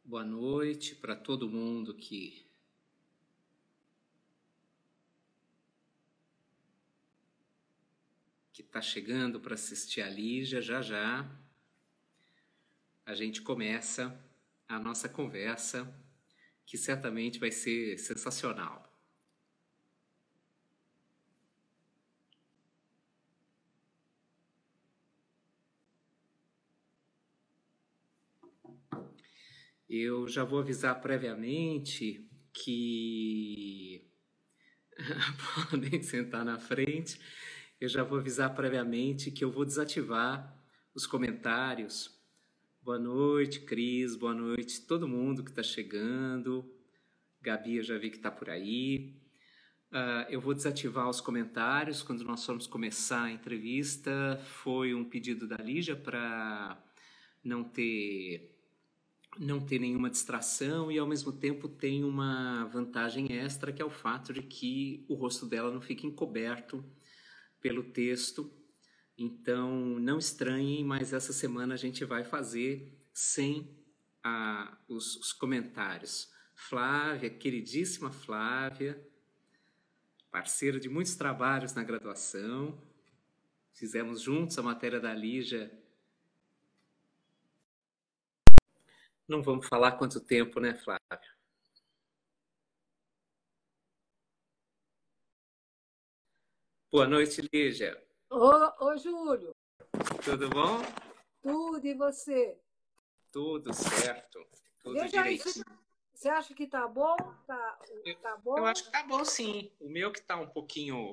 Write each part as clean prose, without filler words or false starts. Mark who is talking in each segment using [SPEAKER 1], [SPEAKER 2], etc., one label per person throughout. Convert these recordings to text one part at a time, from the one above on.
[SPEAKER 1] Boa noite para todo mundo que está chegando para assistir a Lígia. Já já a gente começa a nossa conversa, que certamente vai ser sensacional. Eu já vou avisar previamente que podem sentar na frente. Eu já vou avisar previamente que eu vou desativar os comentários. Boa noite, Cris. Boa noite, todo mundo que está chegando. Gabi, eu já vi que está por aí. Eu vou desativar os comentários quando nós formos começar a entrevista. Foi um pedido da Lígia para não ter nenhuma distração e, ao mesmo tempo, tem uma vantagem extra, que é o fato de que o rosto dela não fica encoberto pelo texto. Então, não estranhem, mas essa semana a gente vai fazer sem os comentários. Flávia, queridíssima Flávia, parceira de muitos trabalhos na graduação. Fizemos juntos a matéria da Lígia. Não vamos falar quanto tempo, né, Flávia? Boa noite, Lígia.
[SPEAKER 2] Ô, Júlio,
[SPEAKER 1] Tudo bom?
[SPEAKER 2] tudo e você?
[SPEAKER 1] Tudo certo, tudo
[SPEAKER 2] Veja aí,
[SPEAKER 1] direitinho.
[SPEAKER 2] você acha que tá bom? Tá bom?
[SPEAKER 1] Eu acho que tá bom, sim. O meu que tá um pouquinho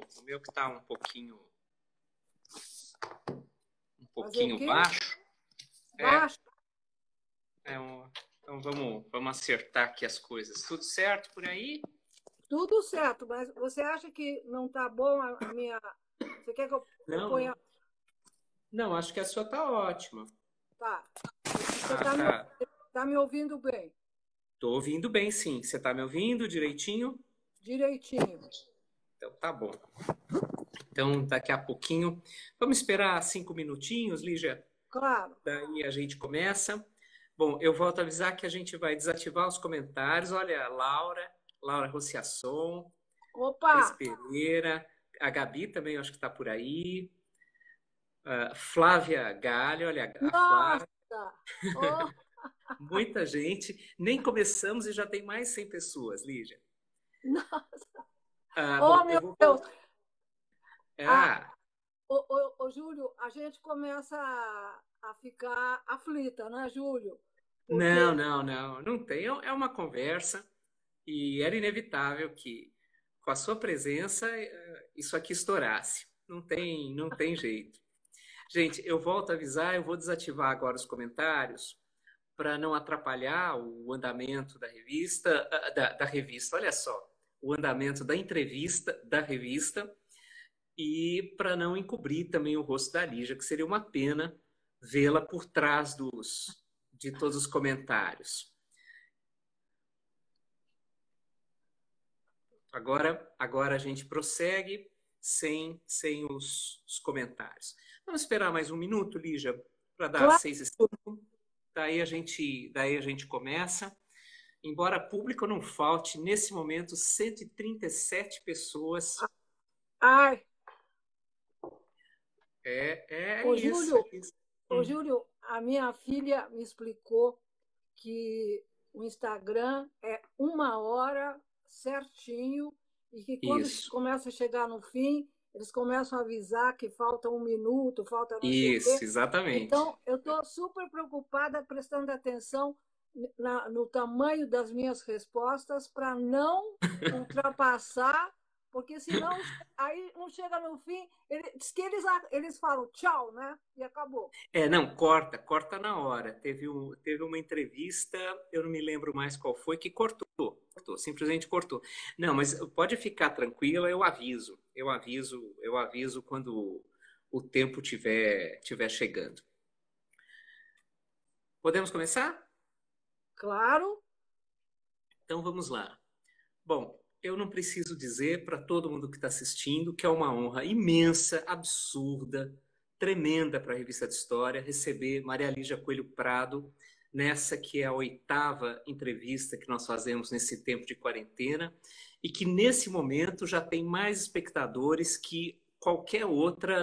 [SPEAKER 2] Fazer o quê?
[SPEAKER 1] baixo.
[SPEAKER 2] Baixo?
[SPEAKER 1] Então vamos acertar aqui as coisas. Tudo certo por aí?
[SPEAKER 2] Tudo certo, mas você acha que não tá bom a minha... Você quer que eu ponha...
[SPEAKER 1] Não, acho que a sua tá ótima.
[SPEAKER 2] Tá.
[SPEAKER 1] Tá.
[SPEAKER 2] Tá me ouvindo bem?
[SPEAKER 1] Tô ouvindo bem, sim. Você tá me ouvindo direitinho?
[SPEAKER 2] Direitinho.
[SPEAKER 1] Então tá bom. Então daqui a pouquinho... Vamos esperar 5 minutinhos, Lígia?
[SPEAKER 2] Claro.
[SPEAKER 1] Daí a gente começa. Bom, eu volto a avisar que a gente vai desativar os comentários. Olha, Laura Rociasson,
[SPEAKER 2] Opa!
[SPEAKER 1] Cris Pereira, a Gabi também, eu acho que está por aí. Flávia Galho, olha a
[SPEAKER 2] Nossa!
[SPEAKER 1] Flávia.
[SPEAKER 2] Oh.
[SPEAKER 1] Muita gente. Nem começamos e já tem mais 100 pessoas, Lígia.
[SPEAKER 2] Nossa!
[SPEAKER 1] Bom,
[SPEAKER 2] meu Deus! Júlio, a gente começa a ficar aflita, né, Júlio?
[SPEAKER 1] Porque... Não tem. É uma conversa e era inevitável que, com a sua presença, isso aqui estourasse. Não tem jeito. Gente, eu volto a avisar, eu vou desativar agora os comentários para não atrapalhar o andamento da revista, da revista, olha só, o andamento da entrevista da revista, e para não encobrir também o rosto da Lígia, que seria uma pena vê-la por trás de todos os comentários. Agora a gente prossegue sem os comentários. Vamos esperar mais um minuto, Lígia, para dar 6h05. Daí a gente começa. Embora público não falte, nesse momento, 137 pessoas.
[SPEAKER 2] Ai!
[SPEAKER 1] Ô, isso.
[SPEAKER 2] Júlio, a minha filha me explicou que o Instagram é 1 hora certinho e que quando começa a chegar no fim, eles começam a avisar que falta 1 minuto, falta não sei o quê.
[SPEAKER 1] Exatamente.
[SPEAKER 2] Então, eu estou super preocupada, prestando atenção no tamanho das minhas respostas para não ultrapassar, porque senão aí não chega no fim, diz que eles falam tchau, né? E acabou.
[SPEAKER 1] Não, corta na hora. Teve uma entrevista, eu não me lembro mais qual foi, que simplesmente cortou. Não, mas pode ficar tranquila, eu aviso quando o tempo tiver chegando. Podemos começar?
[SPEAKER 2] Claro.
[SPEAKER 1] Então vamos lá. Bom, eu não preciso dizer para todo mundo que está assistindo que é uma honra imensa, absurda, tremenda para a Revista de História receber Maria Lígia Coelho Prado nessa que é a 8ª entrevista que nós fazemos nesse tempo de quarentena e que, nesse momento, já tem mais espectadores que qualquer outra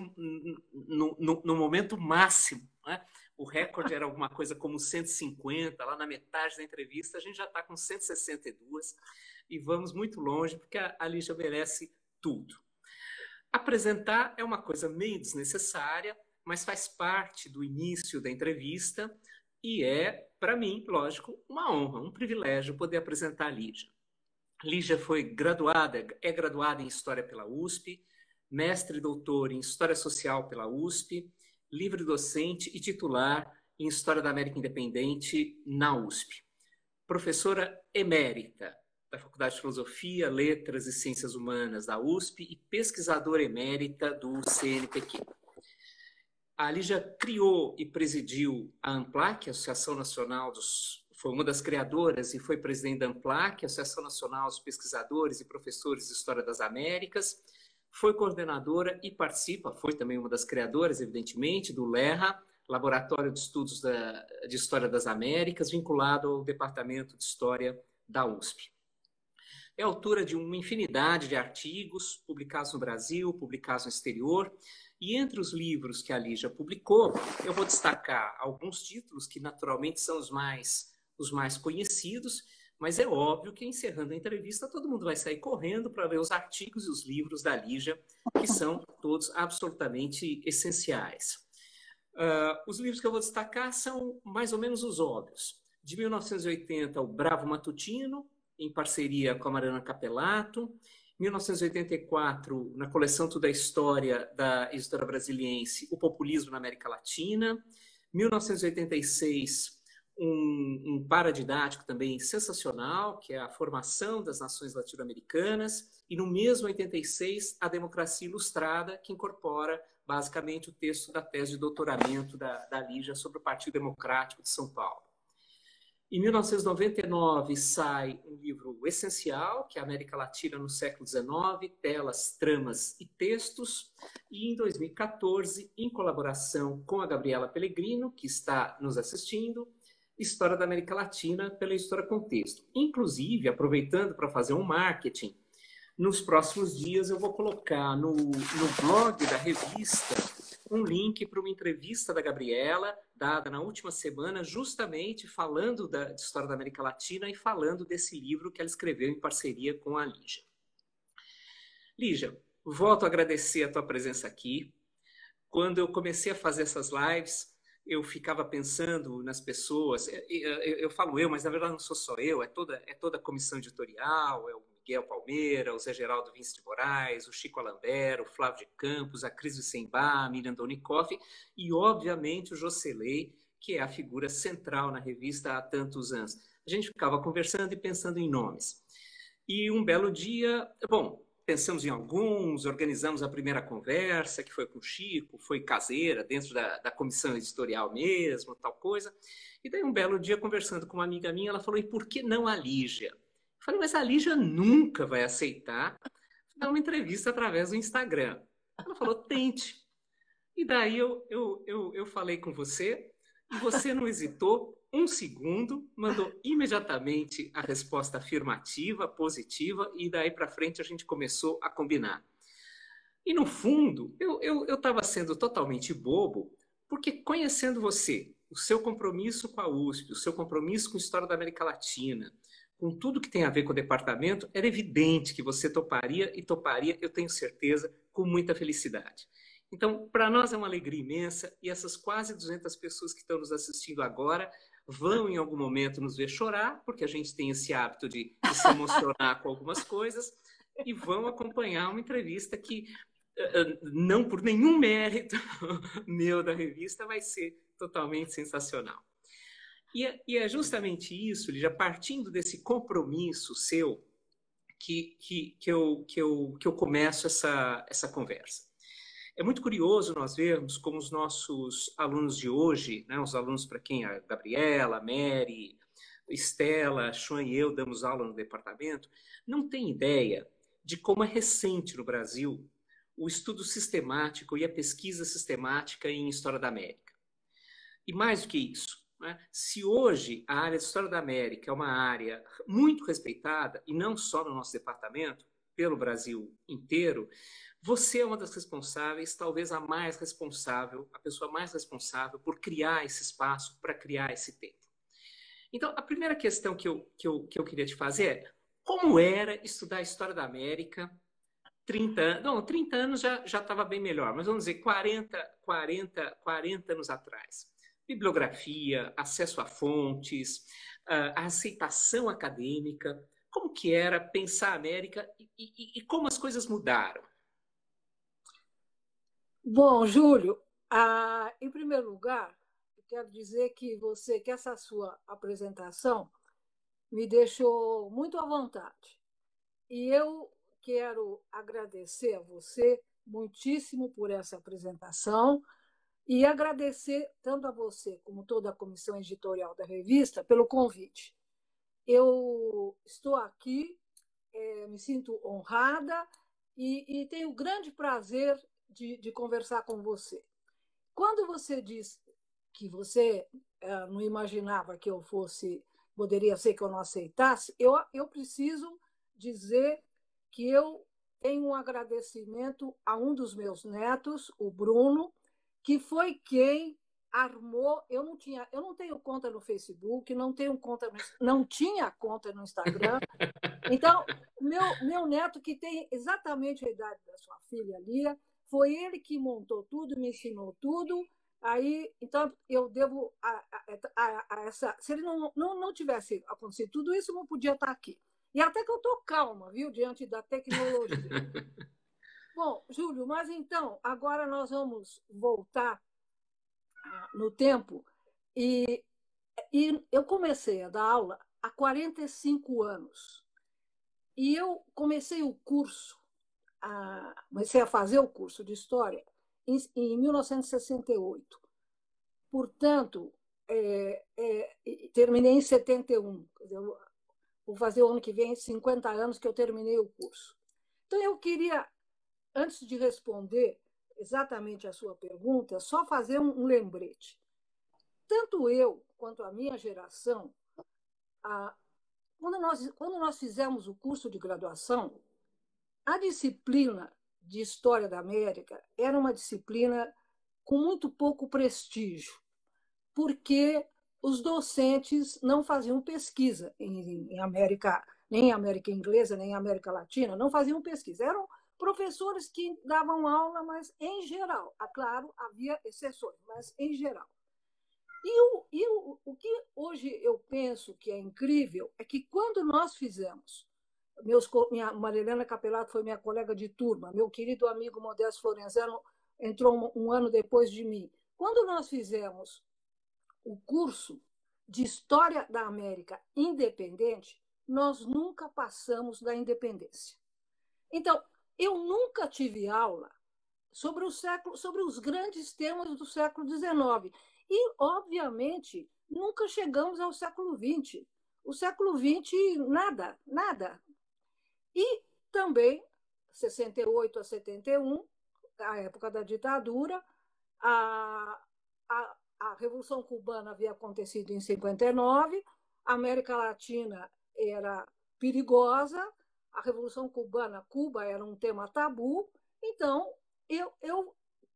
[SPEAKER 1] no momento máximo, né? O recorde era alguma coisa como 150, lá na metade da entrevista, a gente já está com 162 e vamos muito longe, porque a Lígia merece tudo. Apresentar é uma coisa meio desnecessária, mas faz parte do início da entrevista e é, para mim, lógico, uma honra, um privilégio poder apresentar a Lígia. Lígia é graduada em História pela USP, mestre e doutor em História Social pela USP, livre-docente e titular em História da América Independente na USP. Professora emérita da Faculdade de Filosofia, Letras e Ciências Humanas da USP e pesquisadora emérita do CNPq. A Lígia criou e presidiu a ANPLAC, a Associação Nacional foi uma das criadoras e foi presidente da ANPLAC, a Associação Nacional dos Pesquisadores e Professores de História das Américas, foi coordenadora e foi também uma das criadoras, evidentemente, do LERA, Laboratório de Estudos de História das Américas, vinculado ao Departamento de História da USP. É autora de uma infinidade de artigos publicados no Brasil, publicados no exterior, e entre os livros que a Lígia publicou, eu vou destacar alguns títulos que naturalmente são os mais conhecidos, mas é óbvio que, encerrando a entrevista, todo mundo vai sair correndo para ler os artigos e os livros da Lígia, que são todos absolutamente essenciais. Os livros que eu vou destacar são mais ou menos os óbvios. De 1980, O Bravo Matutino, em parceria com a Mariana Capelato. 1984, na coleção Tudo é História, da Editora Brasiliense, O Populismo na América Latina. 1986, um paradidático também sensacional, que é a Formação das Nações Latino-Americanas. E no mesmo 86, A Democracia Ilustrada, que incorpora basicamente o texto da tese de doutoramento da Lígia sobre o Partido Democrático de São Paulo. Em 1999 sai um livro essencial, que é a América Latina no século XIX, Telas, Tramas e Textos. E em 2014, em colaboração com a Gabriela Pellegrino, que está nos assistindo, História da América Latina pela Editora Contexto. Inclusive, aproveitando para fazer um marketing, nos próximos dias eu vou colocar no blog da revista um link para uma entrevista da Gabriela, dada na última semana, justamente falando de História da América Latina e falando desse livro que ela escreveu em parceria com a Lígia. Lígia, volto a agradecer a tua presença aqui. Quando eu comecei a fazer essas lives, eu ficava pensando nas pessoas, eu falo eu, mas na verdade não sou só eu, é toda a comissão editorial, é o Miguel Palmeira, o Zé Geraldo Vince de Moraes, o Chico Alambert, o Flávio de Campos, a Cris Witzenbach, a Miriam Donikoff e, obviamente, o Jocelyn, que é a figura central na revista há tantos anos. A gente ficava conversando e pensando em nomes. E um belo dia, pensamos em alguns, organizamos a primeira conversa, que foi com o Chico, foi caseira, dentro da comissão editorial mesmo, tal coisa. E daí um belo dia, conversando com uma amiga minha, ela falou, e por que não a Lígia? Eu falei, mas a Lígia nunca vai aceitar dar uma entrevista através do Instagram. Ela falou, tente. E daí eu falei com você, e você não hesitou um segundo, mandou imediatamente a resposta afirmativa, positiva, e daí para frente a gente começou a combinar. E no fundo, eu estava sendo totalmente bobo, porque conhecendo você, o seu compromisso com a USP, o seu compromisso com a história da América Latina, com tudo que tem a ver com o departamento, era evidente que você toparia, e toparia, eu tenho certeza, com muita felicidade. Então, para nós é uma alegria imensa, e essas quase 200 pessoas que estão nos assistindo agora vão em algum momento nos ver chorar, porque a gente tem esse hábito de se emocionar com algumas coisas, e vão acompanhar uma entrevista que, não por nenhum mérito meu da revista, vai ser totalmente sensacional. E é justamente isso, Lígia, partindo desse compromisso seu, que eu começo essa conversa. É muito curioso nós vermos como os nossos alunos de hoje, né, os alunos para quem a Gabriela, a Mary, Estela, a Xuan e eu damos aula no departamento, não têm ideia de como é recente no Brasil o estudo sistemático e a pesquisa sistemática em História da América. E mais do que isso, né? Se hoje a área de História da América é uma área muito respeitada, e não só no nosso departamento, pelo Brasil inteiro, você é uma das responsáveis, talvez a mais responsável, a pessoa mais responsável por criar esse espaço, para criar esse tempo. Então, a primeira questão que eu queria te fazer é como era estudar a História da América 30 anos, não, 30 anos já estava bem melhor, mas vamos dizer 40 anos atrás. Bibliografia, acesso a fontes, a aceitação acadêmica, como que era pensar a América e como as coisas mudaram?
[SPEAKER 2] Bom, Júlio, em primeiro lugar, eu quero dizer que essa sua apresentação me deixou muito à vontade. E eu quero agradecer a você muitíssimo por essa apresentação e agradecer tanto a você como toda a comissão editorial da revista pelo convite. Eu estou aqui, me sinto honrada e tenho grande prazer de conversar com você. Quando você disse que você não imaginava que eu poderia ser que eu não aceitasse, eu preciso dizer que eu tenho um agradecimento a um dos meus netos, o Bruno, que foi quem armou. Eu não tenho conta no Facebook, não tinha conta no Instagram. Então, meu neto, que tem exatamente a idade da sua filha, Lia, foi ele que montou tudo, me ensinou tudo. Aí, então, eu devo a essa. Se ele não tivesse acontecido tudo isso, eu não podia estar aqui. E até que eu estou calma, viu, diante da tecnologia. Bom, Júlio, mas então, agora nós vamos voltar no tempo. E, e eu comecei a dar aula há 45 anos. E eu comecei a fazer o curso de História em 1968. Portanto, terminei em 71. Vou fazer o ano que vem 50 anos que eu terminei o curso. Então, eu queria, antes de responder exatamente a sua pergunta, só fazer um lembrete. Tanto eu quanto a minha geração, quando nós fizemos o curso de graduação, a disciplina de História da América era uma disciplina com muito pouco prestígio, porque os docentes não faziam pesquisa em América, nem em América Inglesa, nem em América Latina, não faziam pesquisa. Eram professores que davam aula, mas em geral, claro, havia exceções, mas em geral. O que hoje eu penso que é incrível é que quando nós fizemos, Marilena Capelato foi minha colega de turma, meu querido amigo Modesto Florenzano entrou um ano depois de mim. Quando nós fizemos o curso de História da América Independente, nós nunca passamos da independência. Então, eu nunca tive aula sobre os grandes temas do século XIX. E, obviamente, nunca chegamos ao século XX. O século XX, nada, nada. E também, 68 a 71, a época da ditadura, a Revolução Cubana havia acontecido em 59, a América Latina era perigosa, a Revolução Cubana, Cuba era um tema tabu, então eu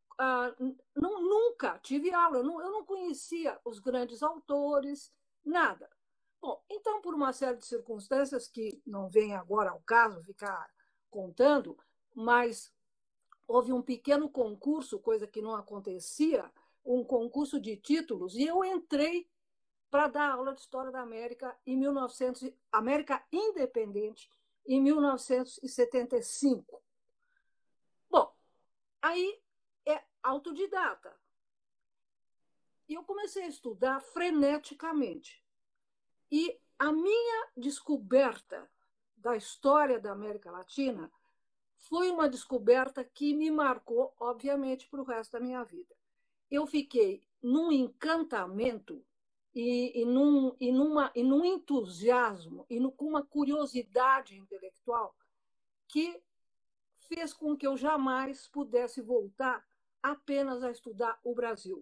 [SPEAKER 2] nunca tive aula, eu não conhecia os grandes autores, nada. Bom, então, por uma série de circunstâncias que não vem agora ao caso ficar contando, mas houve um pequeno concurso, coisa que não acontecia, um concurso de títulos, e eu entrei para dar aula de História da América em 1900, América Independente, em 1975. Bom, aí é autodidata. E eu comecei a estudar freneticamente. E a minha descoberta da história da América Latina foi uma descoberta que me marcou, obviamente, para o resto da minha vida. Eu fiquei num encantamento e num entusiasmo com uma curiosidade intelectual que fez com que eu jamais pudesse voltar apenas a estudar o Brasil.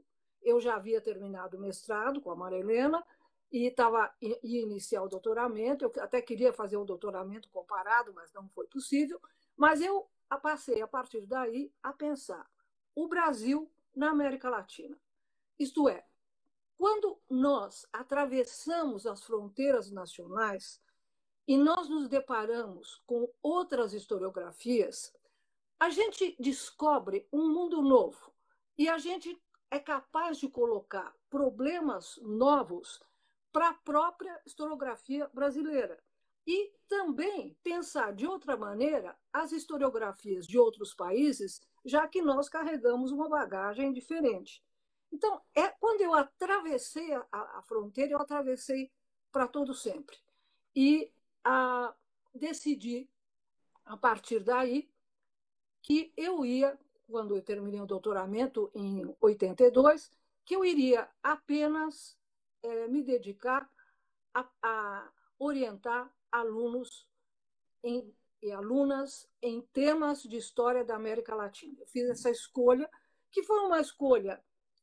[SPEAKER 2] eu já havia terminado o mestrado com a Maria Helena e ia iniciar o doutoramento. Eu até queria fazer um doutoramento comparado, mas não foi possível. Mas eu passei, a partir daí, a pensar o Brasil na América Latina. Isto é, quando nós atravessamos as fronteiras nacionais e nós nos deparamos com outras historiografias, a gente descobre um mundo novo e a gente é capaz de colocar problemas novos para a própria historiografia brasileira. E também pensar de outra maneira as historiografias de outros países, já que nós carregamos uma bagagem diferente. Então, quando eu atravessei a fronteira, eu atravessei para todo sempre. E decidi, a partir daí, que eu ia, quando eu terminei o doutoramento em 82, que eu iria apenas me dedicar a orientar alunos e alunas em temas de história da América Latina. Eu fiz essa escolha, que foi uma escolha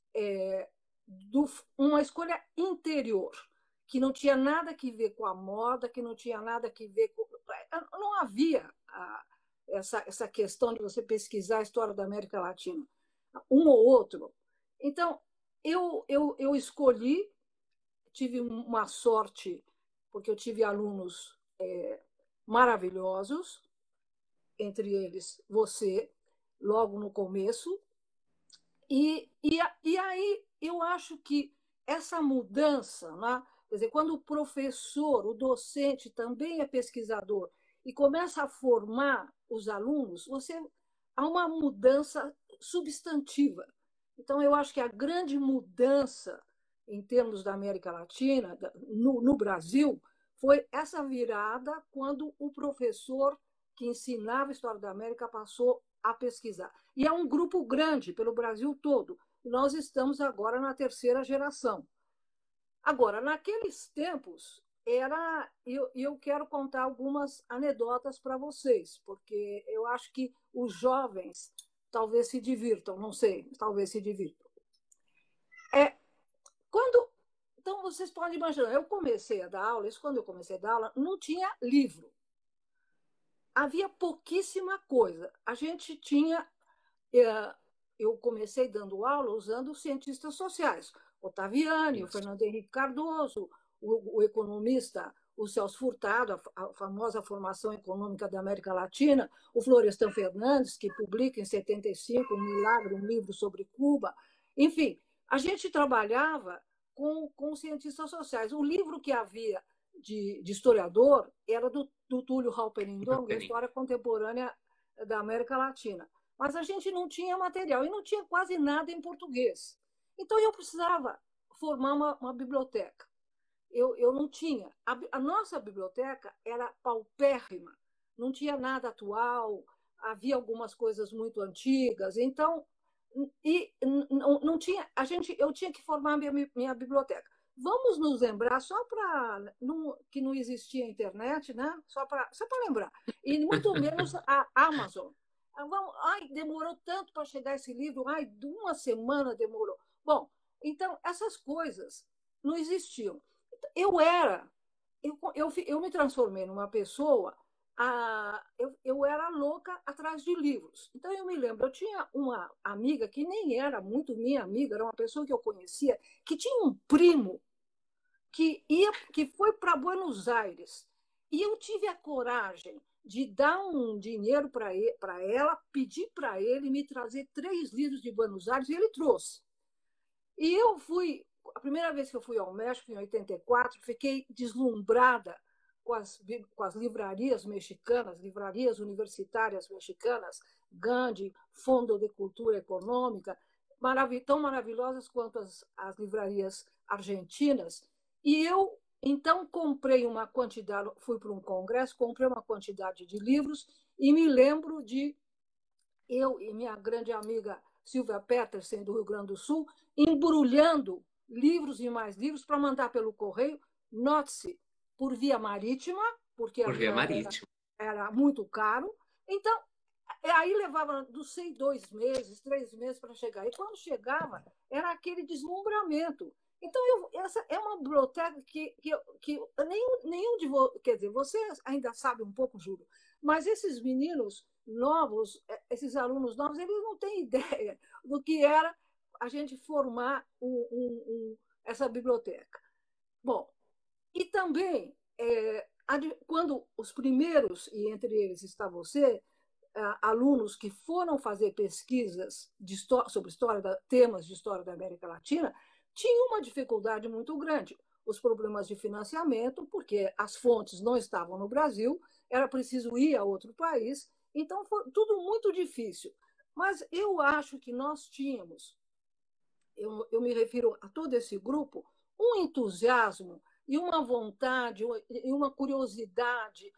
[SPEAKER 2] uma escolha interior, que não tinha nada a ver com a moda, que não tinha nada a ver com... Não havia essa questão de você pesquisar a história da América Latina, um ou outro. Então, eu escolhi, tive uma sorte, porque eu tive alunos maravilhosos, entre eles você, logo no começo, e aí eu acho que essa mudança, né? Quer dizer, quando o professor, o docente também é pesquisador e começa a formar os alunos, há uma mudança substantiva. Então, eu acho que a grande mudança em termos da América Latina, no Brasil, foi essa virada quando o professor que ensinava a história da América passou a pesquisar. E é um grupo grande pelo Brasil todo. Nós estamos agora na terceira geração. Agora, naqueles tempos, eu quero contar algumas anedotas para vocês, porque eu acho que os jovens talvez se divirtam, não sei, talvez se divirtam. Então, vocês podem imaginar, eu comecei a dar aula, quando eu comecei a dar aula, não tinha livro. Havia pouquíssima coisa. A gente tinha... Eu comecei dando aula usando cientistas sociais. Ottaviani, o Fernando Henrique Cardoso, o economista, o Celso Furtado, a famosa formação econômica da América Latina, o Florestan Fernandes, que publica em 75 um milagre, um livro sobre Cuba. Enfim, a gente trabalhava com cientistas sociais. O livro que havia de historiador era do Túlio Halperin-Dongo, a História Contemporânea da América Latina. Mas a gente não tinha material e não tinha quase nada em português. Então, eu precisava formar uma biblioteca. Eu não tinha. A nossa biblioteca era paupérrima, não tinha nada atual, havia algumas coisas muito antigas. Então, não tinha. Eu tinha que formar minha biblioteca. Vamos nos lembrar, só para que não existia internet, né? Só para lembrar. E muito menos a Amazon. Demorou tanto para chegar esse livro, de uma semana demorou. Bom, então, essas coisas não existiam. Eu me transformei numa pessoa, eu era louca atrás de livros. Então, eu me lembro, eu tinha uma amiga que nem era muito minha amiga, era uma pessoa que eu conhecia, que tinha um primo que foi para Buenos Aires. E eu tive a coragem de dar um dinheiro para ela, pedir para ele me trazer 3 livros de Buenos Aires, e ele trouxe. E eu fui, a primeira vez que eu fui ao México, em 84, fiquei deslumbrada com as livrarias mexicanas, livrarias universitárias mexicanas, Gandhi, Fundo de Cultura Econômica, tão maravilhosas quanto as livrarias argentinas. E eu, então, comprei uma quantidade, fui para um congresso, comprei uma quantidade de livros e me lembro de eu e minha grande amiga Silvia Petersen, do Rio Grande do Sul, embrulhando livros e mais livros para mandar pelo correio, note-se, por via marítima, porque
[SPEAKER 1] por via marítima.
[SPEAKER 2] Era muito caro. Então, Aí levava, não sei, 2 meses, 3 meses para chegar. E quando chegava, era aquele deslumbramento. Então, essa é uma biblioteca que nenhum de vocês, quer dizer, você ainda sabe um pouco, Júlio, mas esses meninos novos, esses alunos novos, eles não têm ideia do que era a gente formar essa biblioteca. Bom, e também, quando os primeiros, e entre eles está você, alunos que foram fazer pesquisas sobre temas de história da América Latina, tinham uma dificuldade muito grande. Os problemas de financiamento, porque as fontes não estavam no Brasil, era preciso ir a outro país, então foi tudo muito difícil. Mas eu acho que nós tínhamos, eu me refiro a todo esse grupo, um entusiasmo e uma vontade e uma curiosidade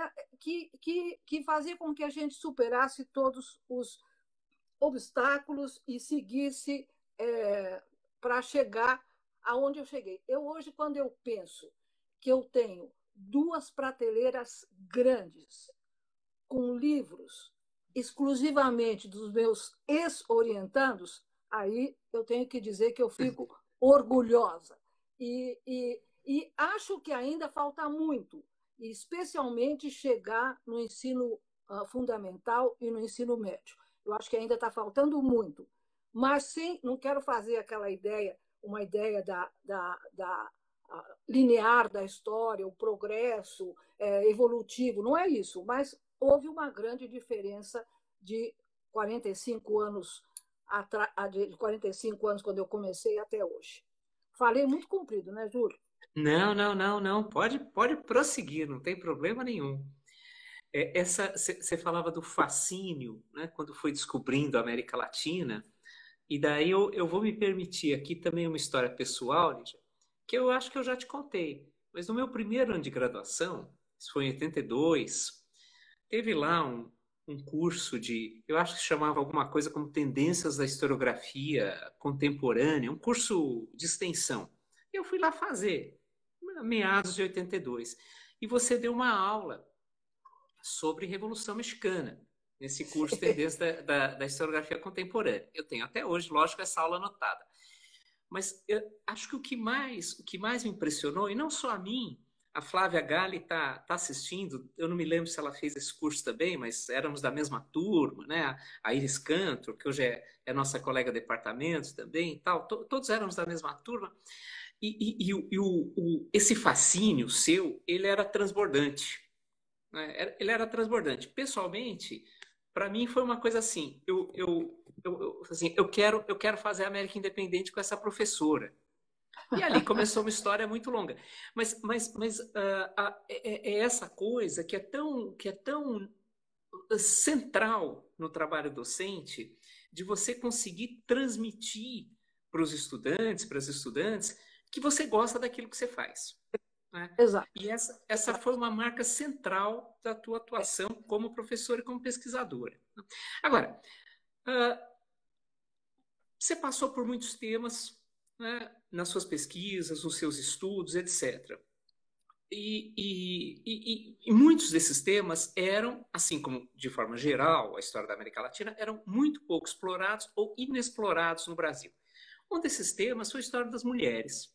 [SPEAKER 2] que fazia com que a gente superasse todos os obstáculos e seguisse para chegar aonde eu cheguei. Eu hoje, quando eu penso que eu tenho 2 prateleiras grandes com livros exclusivamente dos meus ex-orientandos, aí eu tenho que dizer que eu fico orgulhosa. E acho que ainda falta muito, especialmente chegar no ensino fundamental e no ensino médio. Eu acho que ainda está faltando muito. Mas sim, não quero fazer aquela ideia, uma ideia da linear da história, o progresso evolutivo, não é isso, mas houve uma grande diferença de 45 anos de 45 anos quando eu comecei até hoje. Falei muito comprido, né, Júlio?
[SPEAKER 1] Não. Pode prosseguir, não tem problema nenhum. Você falava do fascínio, né, quando foi descobrindo a América Latina, e daí eu vou me permitir aqui também uma história pessoal, Lígia, que eu acho que eu já te contei. Mas no meu primeiro ano de graduação, isso foi em 82, teve lá um curso eu acho que se chamava alguma coisa como Tendências da Historiografia Contemporânea, um curso de extensão. Eu fui lá fazer, meados de 82. E você deu uma aula sobre Revolução Mexicana, nesse curso Tendências da Historiografia Contemporânea. Eu tenho até hoje, lógico, essa aula anotada. Mas eu acho que o que mais me impressionou, e não só a mim, a Flávia Galli tá assistindo, eu não me lembro se ela fez esse curso também, mas éramos da mesma turma, né? A Iris Cantor, que hoje é nossa colega de departamento também, e tal, todos éramos da mesma turma, esse fascínio seu, ele era transbordante, né? Ele era transbordante. Pessoalmente, para mim foi uma coisa assim, assim, eu quero fazer a América Independente com essa professora. E ali começou uma história muito longa. Mas é essa coisa que é tão central no trabalho docente, de você conseguir transmitir para os estudantes, para as estudantes, que você gosta daquilo que você faz, né?
[SPEAKER 2] Exato.
[SPEAKER 1] E essa foi uma marca central da tua atuação como professora e como pesquisadora. Agora, você passou por muitos temas, né, nas suas pesquisas, nos seus estudos, etc. E muitos desses temas eram, assim como de forma geral a história da América Latina, eram muito pouco explorados ou inexplorados no Brasil. Um desses temas foi a história das mulheres.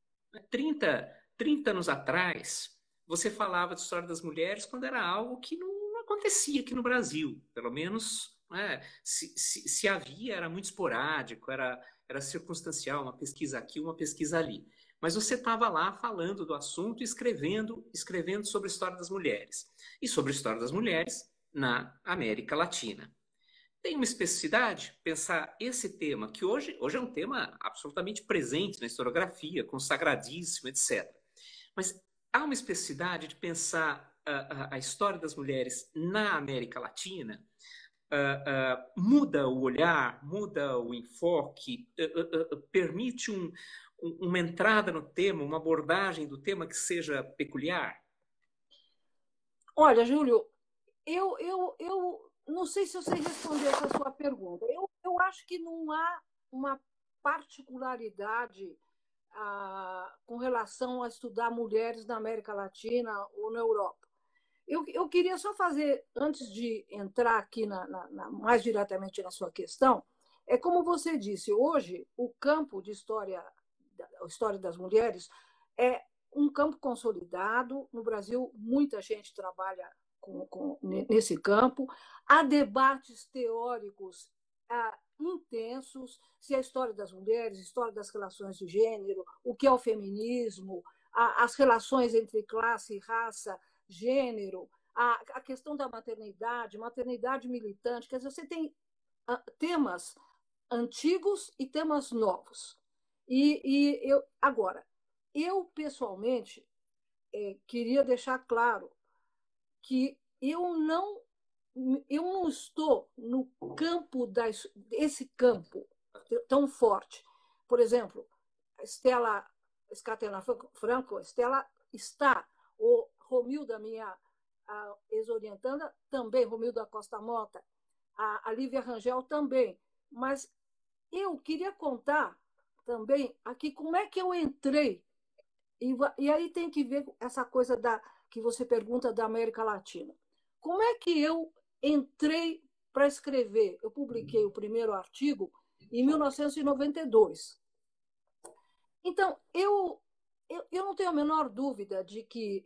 [SPEAKER 1] 30 anos atrás, você falava de história das mulheres quando era algo que não acontecia aqui no Brasil, pelo menos, né, se havia, era muito esporádico, era circunstancial, uma pesquisa aqui, uma pesquisa ali. Mas você estava lá falando do assunto, escrevendo sobre a história das mulheres. E sobre a história das mulheres na América Latina. Tem uma especificidade pensar esse tema, que hoje é um tema absolutamente presente na historiografia, consagradíssimo, etc. Mas há uma especificidade de pensar a história das mulheres na América Latina, muda o olhar, muda o enfoque, permite uma entrada no tema, uma abordagem do tema que seja peculiar?
[SPEAKER 2] Olha, Júlio, eu não sei se eu sei responder essa sua pergunta. Eu acho que não há uma particularidade com relação a estudar mulheres na América Latina ou na Europa. Eu queria só fazer, antes de entrar aqui mais diretamente na sua questão, é como você disse, hoje o campo de história, a história das mulheres, é um campo consolidado. No Brasil, muita gente trabalha nesse campo. Há debates teóricos intensos, se a história das mulheres, a história das relações de gênero, o que é o feminismo, as relações entre classe e raça, gênero, a questão da maternidade militante. Quer dizer, você tem temas antigos e temas novos. Agora, eu pessoalmente queria deixar claro que eu não estou no campo desse campo tão forte. Por exemplo, Stella Scatena-Franco, Stella está, o Romilda, minha ex-orientanda, também, Romilda Costa Mota, a Lívia Rangel também. Mas eu queria contar também aqui como é que eu entrei. E aí tem que ver essa coisa que você pergunta da América Latina. Como é que eu entrei para escrever? Eu publiquei o primeiro artigo em 1992. Então, eu não tenho a menor dúvida de que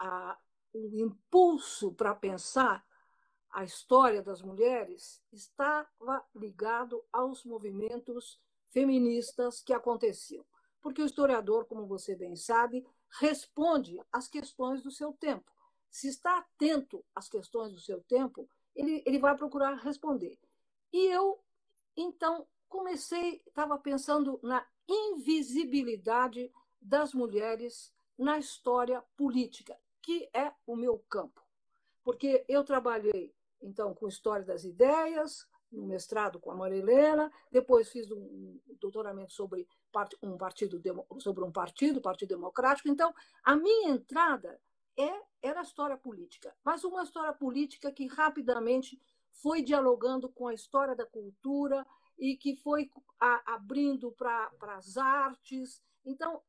[SPEAKER 2] o impulso para pensar a história das mulheres estava ligado aos movimentos feministas que aconteciam. Porque o historiador, como você bem sabe, responde às questões do seu tempo. Se está atento às questões do seu tempo, ele vai procurar responder. E eu, então, estava pensando na invisibilidade das mulheres na história política, que é o meu campo. Porque eu trabalhei, então, com História das Ideias, no mestrado com a Maria Helena, depois fiz um doutoramento sobre um partido democrático. Então, a minha entrada era a história política, mas uma história política que rapidamente foi dialogando com a história da cultura e que foi abrindo para as artes. Então,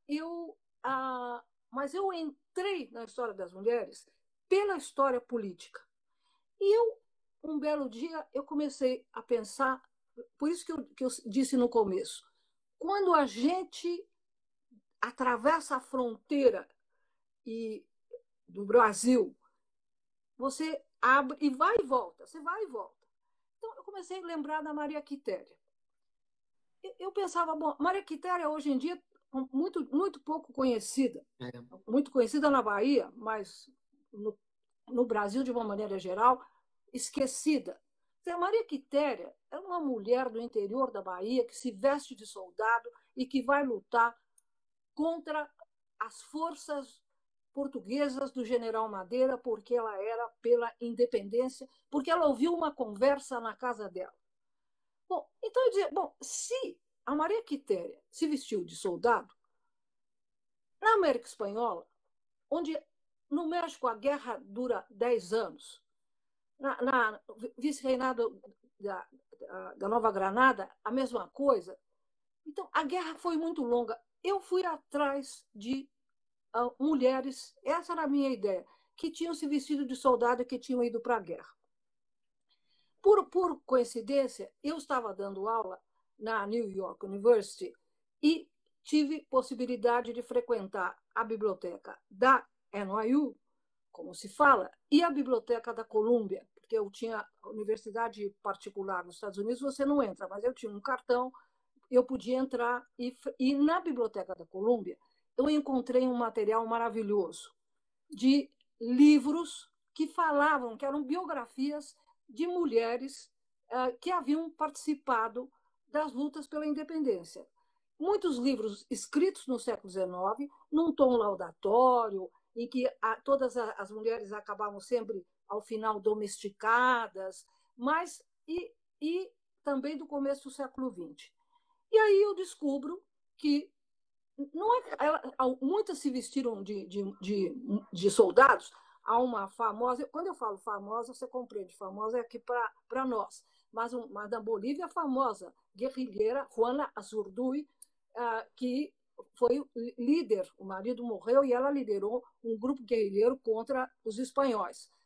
[SPEAKER 2] mas eu entrei na história das mulheres pela história política. E um belo dia, eu comecei a pensar, por isso que eu disse no começo, quando a gente atravessa a fronteira do Brasil, você abre e vai e volta, você vai e volta. Então, eu comecei a lembrar da Maria Quitéria. Eu pensava, bom, Maria Quitéria hoje em dia muito, muito pouco conhecida, muito conhecida na Bahia, mas no Brasil, de uma maneira geral, esquecida. A Maria Quitéria é uma mulher do interior da Bahia que se veste de soldado e que vai lutar contra as forças portuguesas do general Madeira, porque ela era pela independência, porque ela ouviu uma conversa na casa dela. Bom, então eu dizia, bom, se a Maria Quitéria se vestiu de soldado, na América Espanhola, onde no México a guerra dura 10 anos, na vice-reinado da Nova Granada, a mesma coisa. Então, a guerra foi muito longa. Eu fui atrás de mulheres, essa era a minha ideia, que tinham se vestido de soldado e que tinham ido para a guerra. Por coincidência, eu estava dando aula na New York University e tive possibilidade de frequentar a biblioteca da NYU, como se fala, e a biblioteca da Columbia, porque eu tinha universidade particular nos Estados Unidos, você não entra, mas eu tinha um cartão, eu podia entrar, e na biblioteca da Columbia eu encontrei um material maravilhoso de livros que falavam, que eram biografias de mulheres que haviam participado das lutas pela independência. Muitos livros escritos no século XIX, num tom laudatório, em que todas as mulheres acabavam sempre, ao final, domesticadas, mas e também do começo do século XX. E aí eu descubro que não é, muitas se vestiram de soldados. Há uma famosa, quando eu falo famosa, você compreende, famosa é aqui para nós, mas na Bolívia, a famosa guerrilheira Juana Azurduy, que foi líder, o marido morreu e ela liderou um grupo guerrilheiro contra os espanhóis.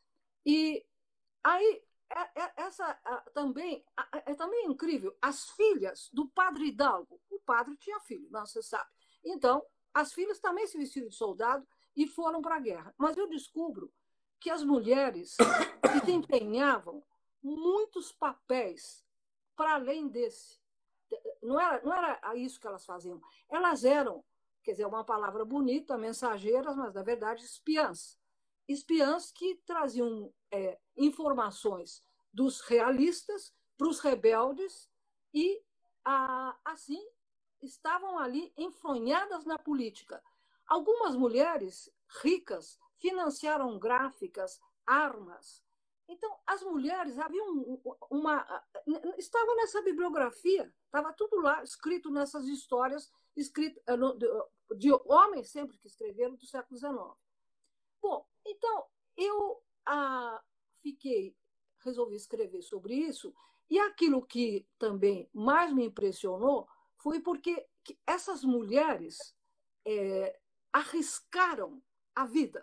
[SPEAKER 2] E aí, também é também incrível, as filhas do padre Hidalgo, o padre tinha filho, não, você sabe. Então, as filhas também se vestiram de soldado e foram para a guerra. Mas eu descubro que as mulheres desempenhavam muitos papéis para além desse. Não era isso que elas faziam. Elas eram, quer dizer, uma palavra bonita, mensageiras, mas, na verdade, espiãs. Espiãs que traziam informações dos realistas para os rebeldes e, assim, estavam ali enfronhadas na política. Algumas mulheres ricas financiaram gráficas, armas. Então, as mulheres haviam estava nessa bibliografia, estava tudo lá escrito nessas histórias escritas de homens sempre que escreveram do século XIX. Bom, então eu resolvi escrever sobre isso, e aquilo que também mais me impressionou foi porque essas mulheres arriscaram a vida.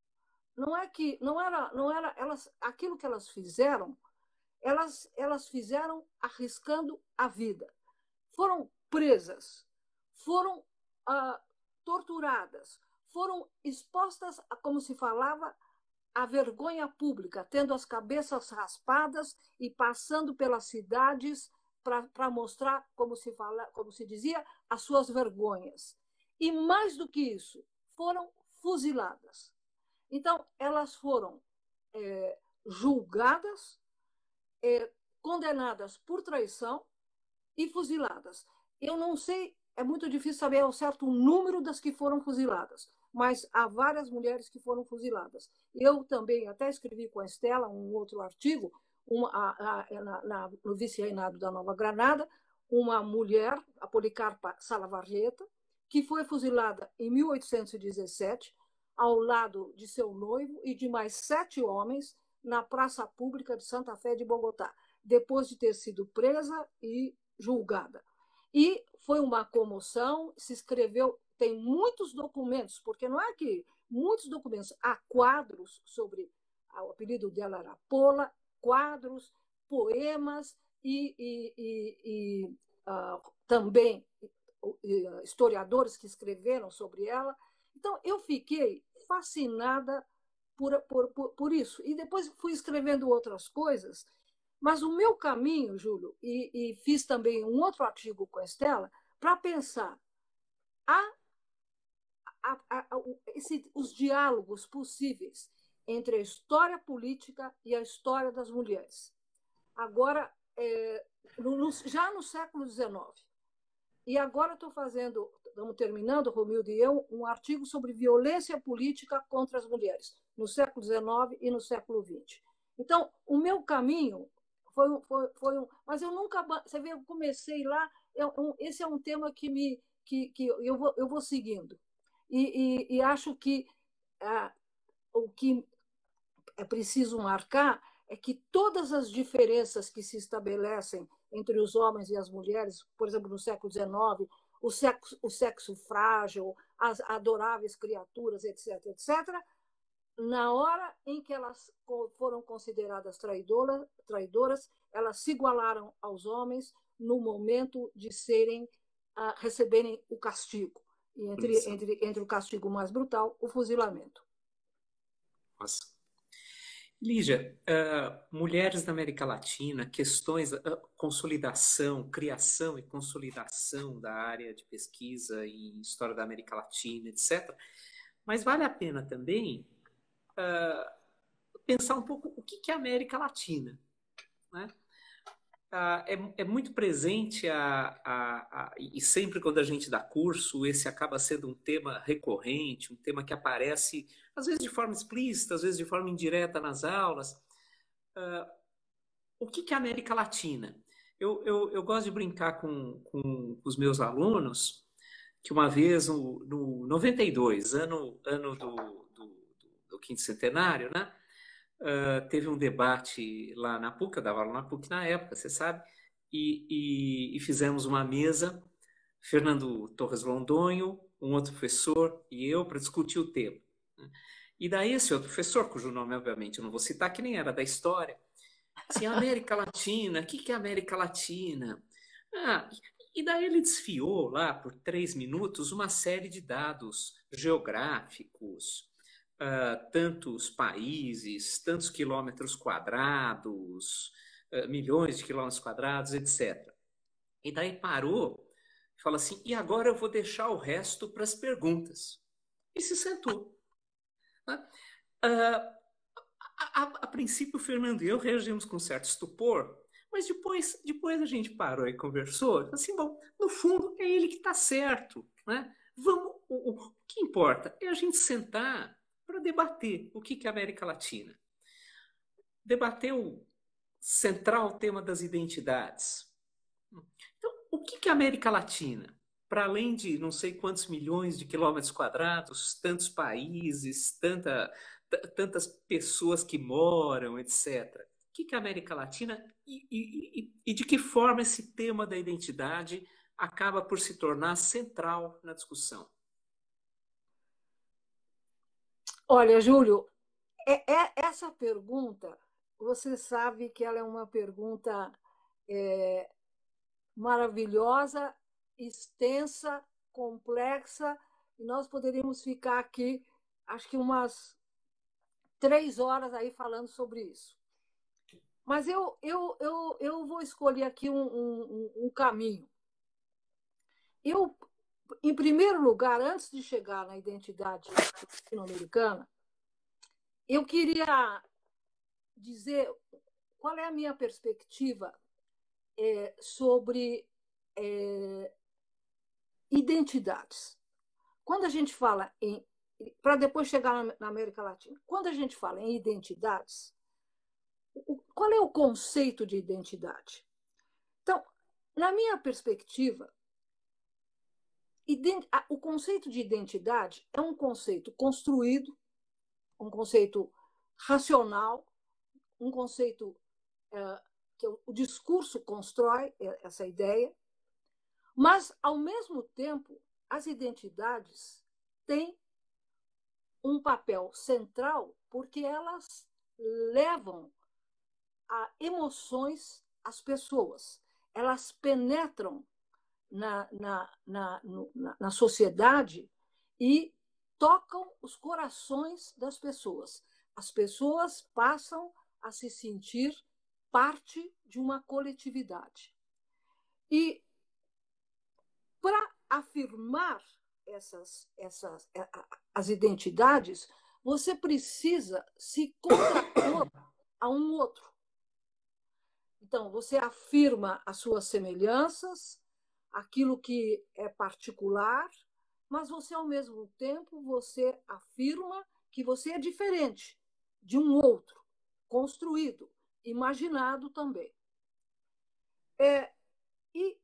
[SPEAKER 2] Não era aquilo que elas fizeram, elas fizeram arriscando a vida. Foram presas, foram torturadas, foram expostas, como se falava, à vergonha pública, tendo as cabeças raspadas e passando pelas cidades para mostrar, como se dizia, as suas vergonhas. E mais do que isso, foram fuziladas. Então, elas foram julgadas, condenadas por traição e fuziladas. Eu não sei, é muito difícil saber ao certo o número das que foram fuziladas, mas há várias mulheres que foram fuziladas. Eu também até escrevi com a Estela um outro artigo, no vice-reinado da Nova Granada, uma mulher, a Policarpa Salavarrieta, que foi fuzilada em 1817, ao lado de seu noivo e de mais 7 homens, na praça pública de Santa Fé de Bogotá, depois de ter sido presa e julgada. E foi uma comoção, se escreveu, tem muitos documentos, porque não é que muitos documentos, há quadros sobre, o apelido dela era Pola, quadros, poemas e também historiadores que escreveram sobre ela. Então, eu fiquei fascinada por isso. E depois fui escrevendo outras coisas, mas o meu caminho, Júlio, e fiz também um outro artigo com a Estela, para pensar os diálogos possíveis entre a história política e a história das mulheres. Agora, já no século XIX. E agora estamos terminando, Romildo e eu, um artigo sobre violência política contra as mulheres, no século XIX e no século XX. Então, o meu caminho foi um. Mas eu nunca. Você vê, eu comecei lá, esse é um tema que eu vou seguindo. E acho que o que é preciso marcar é que todas as diferenças que se estabelecem entre os homens e as mulheres, por exemplo, no século XIX, o sexo frágil, as adoráveis criaturas, etc., na hora em que elas foram consideradas traidoras, elas se igualaram aos homens no momento de receberem o castigo. E entre o castigo mais brutal, o fuzilamento.
[SPEAKER 1] Nossa. Lígia, mulheres na América Latina, questões, consolidação, criação e consolidação da área de pesquisa em história da América Latina, etc. Mas vale a pena também pensar um pouco o que é a América Latina, né? É muito presente e sempre quando a gente dá curso, esse acaba sendo um tema recorrente, um tema que aparece às vezes de forma explícita, às vezes de forma indireta nas aulas. O que é a América Latina? Eu gosto de brincar com os meus alunos que uma vez, no 92, ano do quinto centenário, né? Teve um debate lá na PUC, eu dava aula na PUC na época, você sabe, e fizemos uma mesa, Fernando Torres Londonho, um outro professor e eu, para discutir o tema. E daí esse outro professor, cujo nome, obviamente, eu não vou citar, que nem era da história, assim, América Latina, o que é América Latina? Ah, e daí ele desfiou lá por 3 minutos uma série de dados geográficos, tantos países, tantos quilômetros quadrados, milhões de quilômetros quadrados, etc. E daí parou e falou assim: e agora eu vou deixar o resto para as perguntas. E se sentou. Né? Ah, a princípio, o Fernando e eu reagimos com certo estupor, mas depois a gente parou e conversou. Assim, bom, no fundo é ele que está certo, né? O que importa é a gente sentar para debater o que é a América Latina. Debater o central tema das identidades. Então, o que é a América Latina? Para além de não sei quantos milhões de quilômetros quadrados, tantos países, tantas pessoas que moram, etc. O que é a América Latina e de que forma esse tema da identidade acaba por se tornar central na discussão?
[SPEAKER 2] Olha, Júlio, essa pergunta, você sabe que ela é uma pergunta é, maravilhosa, extensa, complexa, e nós poderíamos ficar aqui, acho que umas 3 horas aí falando sobre isso. Mas eu vou escolher aqui um caminho. Eu, em primeiro lugar, antes de chegar na identidade latino-americana, eu queria dizer qual é a minha perspectiva sobre identidades. Quando a gente fala em. Para depois chegar na América Latina, quando a gente fala em identidades, qual é o conceito de identidade? Então, na minha perspectiva, o conceito de identidade é um conceito construído, um conceito racional, um conceito que o discurso constrói essa ideia, mas, ao mesmo tempo, as identidades têm um papel central porque elas levam a emoções às pessoas, elas penetram na sociedade e tocam os corações das pessoas. As pessoas passam a se sentir parte de uma coletividade. E para afirmar as identidades, você precisa se contrapor a um outro. Então, você afirma as suas semelhanças, aquilo que é particular, mas você, ao mesmo tempo, você afirma que você é diferente de um outro, construído, imaginado também. E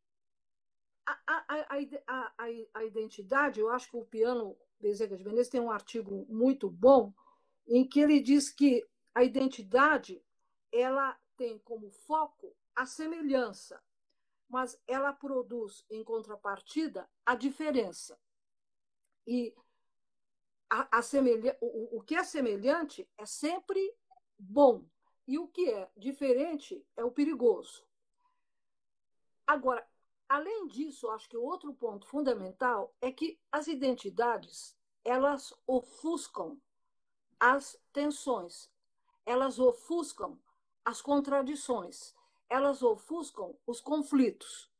[SPEAKER 2] a identidade, eu acho que o Piano Bezerra de Menezes tem um artigo muito bom em que ele diz que a identidade ela tem como foco a semelhança, mas ela produz, em contrapartida, a diferença. E o que é semelhante é sempre bom, e o que é diferente é o perigoso. Agora, além disso, acho que o outro ponto fundamental é que as identidades elas ofuscam as tensões, elas ofuscam as contradições, elas ofuscam os conflitos.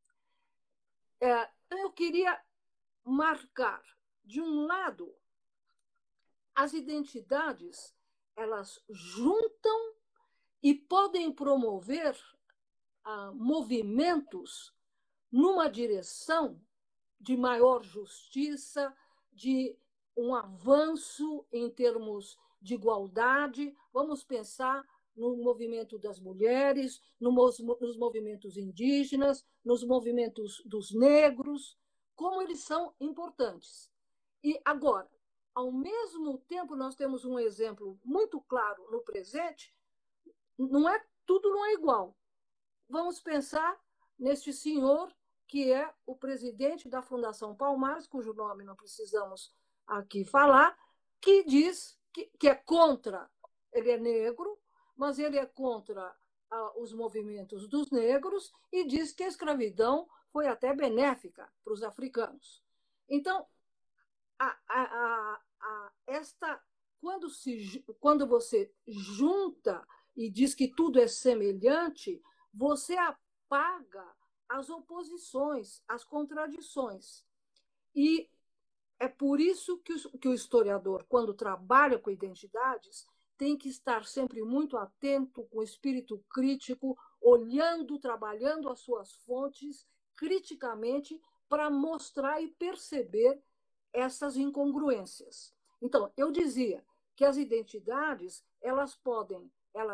[SPEAKER 2] Eu queria marcar, de um lado, as identidades elas juntam e podem promover movimentos numa direção de maior justiça, de um avanço em termos de igualdade. Vamos pensar no movimento das mulheres, nos movimentos indígenas, nos movimentos dos negros, como eles são importantes. E agora, ao mesmo tempo, nós temos um exemplo muito claro no presente, tudo não é igual. Vamos pensar neste senhor que é o presidente da Fundação Palmares, cujo nome não precisamos aqui falar, que diz que é contra, ele é negro, mas ele é contra os movimentos dos negros e diz que a escravidão foi até benéfica para os africanos. Então, quando você junta e diz que tudo é semelhante, você apaga as oposições, as contradições. E é por isso que o historiador, quando trabalha com identidades, tem que estar sempre muito atento, com espírito crítico, olhando, trabalhando as suas fontes criticamente para mostrar e perceber essas incongruências. Então, eu dizia que as identidades elas podem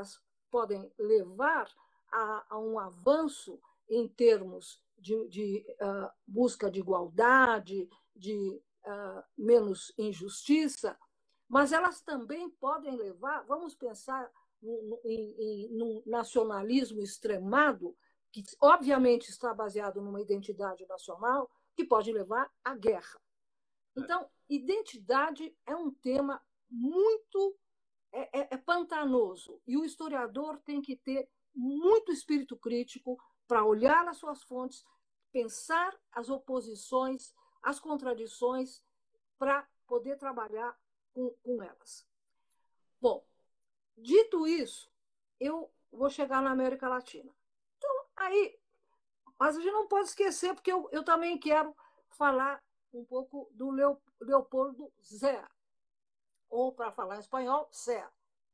[SPEAKER 2] levar a um avanço em termos de busca de igualdade, de menos injustiça, mas elas também podem levar, vamos pensar num nacionalismo extremado, que obviamente está baseado numa identidade nacional, que pode levar à guerra. Então, identidade é um tema muito pantanoso, e o historiador tem que ter muito espírito crítico para olhar as suas fontes, pensar as oposições, as contradições, para poder trabalhar com elas. Bom, dito isso, eu vou chegar na América Latina. Então, aí, mas a gente não pode esquecer, porque eu também quero falar um pouco do Leopoldo Zea, ou, para falar em espanhol, Zea.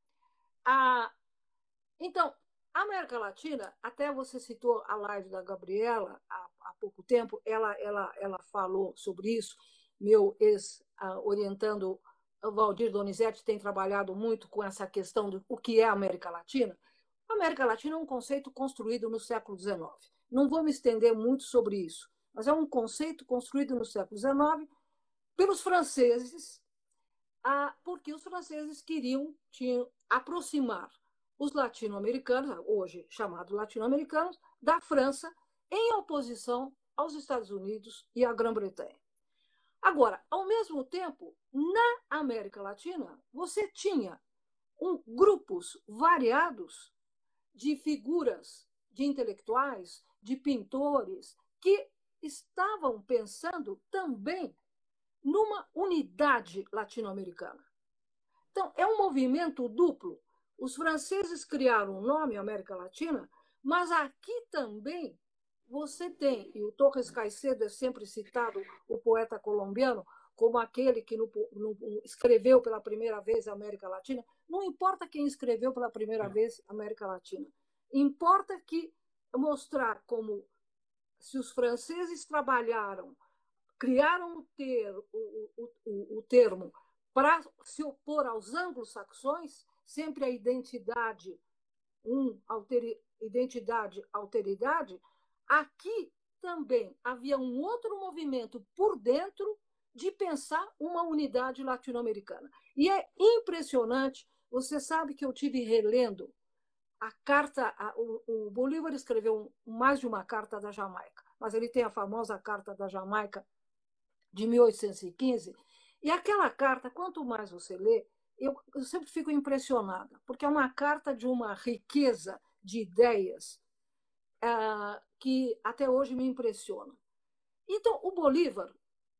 [SPEAKER 2] Então, a América Latina, até você citou a live da Gabriela há pouco tempo, ela falou sobre isso. Meu ex-orientando, Valdir Donizete, tem trabalhado muito com essa questão do que é a América Latina. A América Latina é um conceito construído no século XIX. Não vou me estender muito sobre isso, mas é um conceito construído no século XIX pelos franceses, porque os franceses tinham aproximar os latino-americanos, hoje chamados latino-americanos, da França, em oposição aos Estados Unidos e à Grã-Bretanha. Agora, ao mesmo tempo, na América Latina, você tinha grupos variados de figuras, de intelectuais, de pintores, que estavam pensando também numa unidade latino-americana. Então, é um movimento duplo. Os franceses criaram um nome, América Latina, mas aqui também você tem, e o Torres Caicedo é sempre citado, o poeta colombiano, como aquele que escreveu pela primeira vez a América Latina. Não importa quem escreveu pela primeira vez a América Latina. Importa que mostrar como, se os franceses criaram o termo para se opor aos anglo-saxões, sempre a identidade, identidade, alteridade, aqui também havia um outro movimento por dentro de pensar uma unidade latino-americana. E é impressionante, você sabe que eu tive relendo a carta, o Bolívar escreveu mais de uma carta da Jamaica, mas ele tem a famosa carta da Jamaica de 1815, e aquela carta, quanto mais você lê, eu sempre fico impressionada, porque é uma carta de uma riqueza de ideias que até hoje me impressiona. Então, o Bolívar,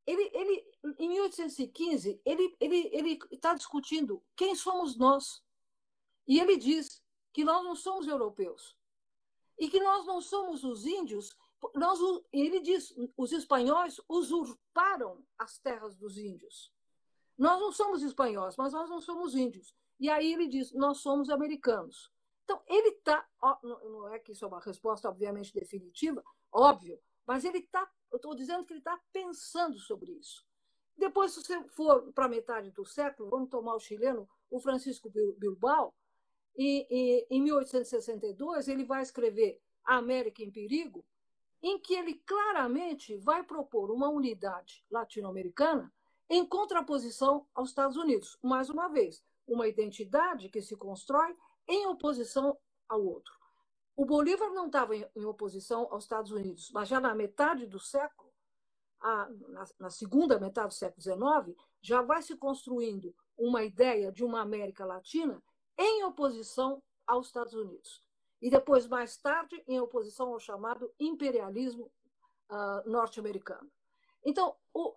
[SPEAKER 2] em 1815, ele está discutindo quem somos nós. E ele diz que nós não somos europeus e que nós não somos os índios. Ele diz, os espanhóis usurparam as terras dos índios. Nós não somos espanhóis, mas nós não somos índios. E aí ele diz, nós somos americanos. Então, ele está... Não é que isso é uma resposta, obviamente, definitiva, óbvio, mas eu estou dizendo que ele está pensando sobre isso. Depois, se você for para a metade do século, vamos tomar o chileno, o Francisco Bilbao, e em 1862 ele vai escrever A América em Perigo, em que ele claramente vai propor uma unidade latino-americana em contraposição aos Estados Unidos. Mais uma vez, uma identidade que se constrói em oposição ao outro. O Bolívar não estava em oposição aos Estados Unidos, mas já na metade do século, na segunda metade do século XIX, já vai se construindo uma ideia de uma América Latina em oposição aos Estados Unidos. E depois, mais tarde, em oposição ao chamado imperialismo norte-americano. Então, o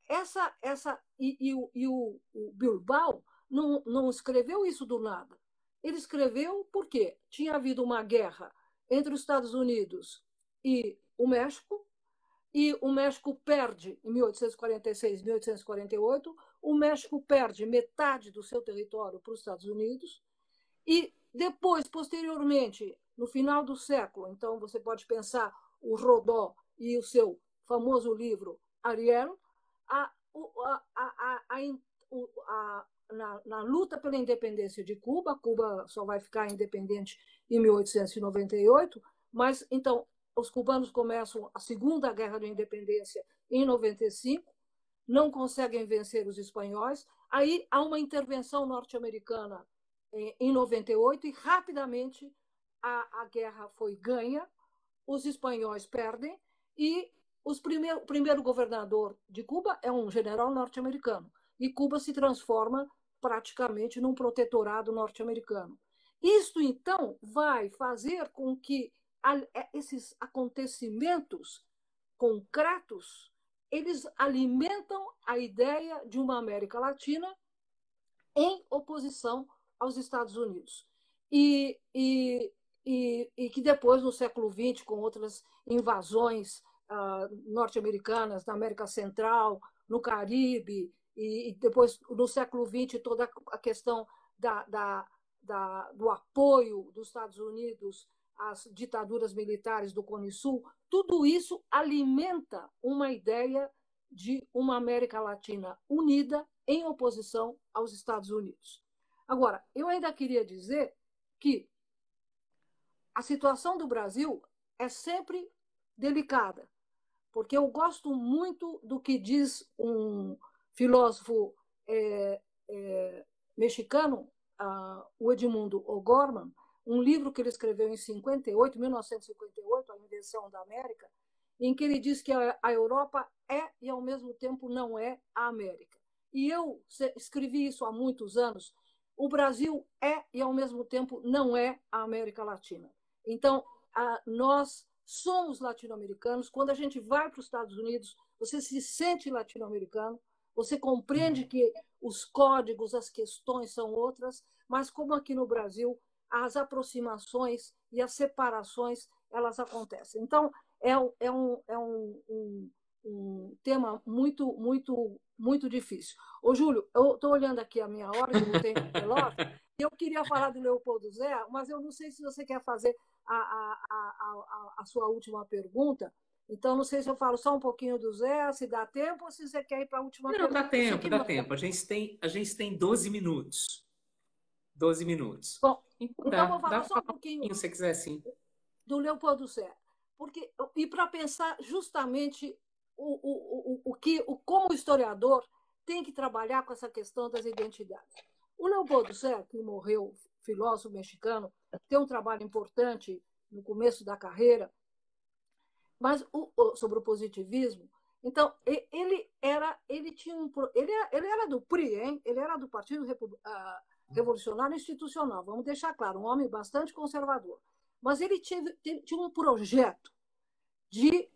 [SPEAKER 2] Bilbao não escreveu isso do nada. Ele escreveu porque tinha havido uma guerra entre os Estados Unidos e o México perde em 1846, 1848, o México perde metade do seu território para os Estados Unidos e depois, posteriormente, no final do século, então você pode pensar o Rodó e o seu famoso livro Ariel, na luta pela independência de Cuba, Cuba só vai ficar independente em 1898, mas então os cubanos começam a Segunda Guerra de Independência em 95, não conseguem vencer os espanhóis, aí há uma intervenção norte-americana em 98 e rapidamente a guerra foi ganha, os espanhóis perdem e o primeiro governador de Cuba é um general norte-americano e Cuba se transforma praticamente num protetorado norte-americano. Isto, então, vai fazer com que esses acontecimentos concretos eles alimentam a ideia de uma América Latina em oposição aos Estados Unidos. E que depois, no século XX, com outras invasões norte-americanas na América Central, no Caribe, e depois, no século XX, toda a questão do apoio dos Estados Unidos às ditaduras militares do Cone Sul, tudo isso alimenta uma ideia de uma América Latina unida em oposição aos Estados Unidos. Agora, eu ainda queria dizer que a situação do Brasil é sempre delicada, porque eu gosto muito do que diz um filósofo mexicano, o Edmundo O'Gorman, um livro que ele escreveu em 1958, A Invenção da América, em que ele diz que a Europa é e, ao mesmo tempo, não é a América. E eu escrevi isso há muitos anos. O Brasil é e, ao mesmo tempo, não é a América Latina. Então, nós somos latino-americanos. Quando a gente vai para os Estados Unidos, você se sente latino-americano, você compreende que os códigos, as questões são outras, mas como aqui no Brasil, as aproximações e as separações, elas acontecem. Então, é um tema muito, muito, muito difícil. Ô, Júlio, eu estou olhando aqui a minha hora, que não tem relógio, e eu queria falar do Leopoldo Zé, mas eu não sei se você quer fazer a sua última pergunta. Então, não sei se eu falo só um pouquinho do Zé, se dá tempo, ou se você quer ir para a última pergunta.
[SPEAKER 1] Não, dá tempo, dá tempo. A gente tem 12 minutos. 12 minutos.
[SPEAKER 2] Bom, então vou falar só um pouquinho,
[SPEAKER 1] se você quiser, sim,
[SPEAKER 2] do Leopoldo Zé. E para pensar justamente como o historiador tem que trabalhar com essa questão das identidades. O Leopoldo Zé, que morreu, filósofo mexicano, tem um trabalho importante no começo da carreira, mas sobre o positivismo. Então, ele era do PRI, hein? Ele era do Partido Revolucionário Institucional, vamos deixar claro, um homem bastante conservador. Mas ele tinha um projeto de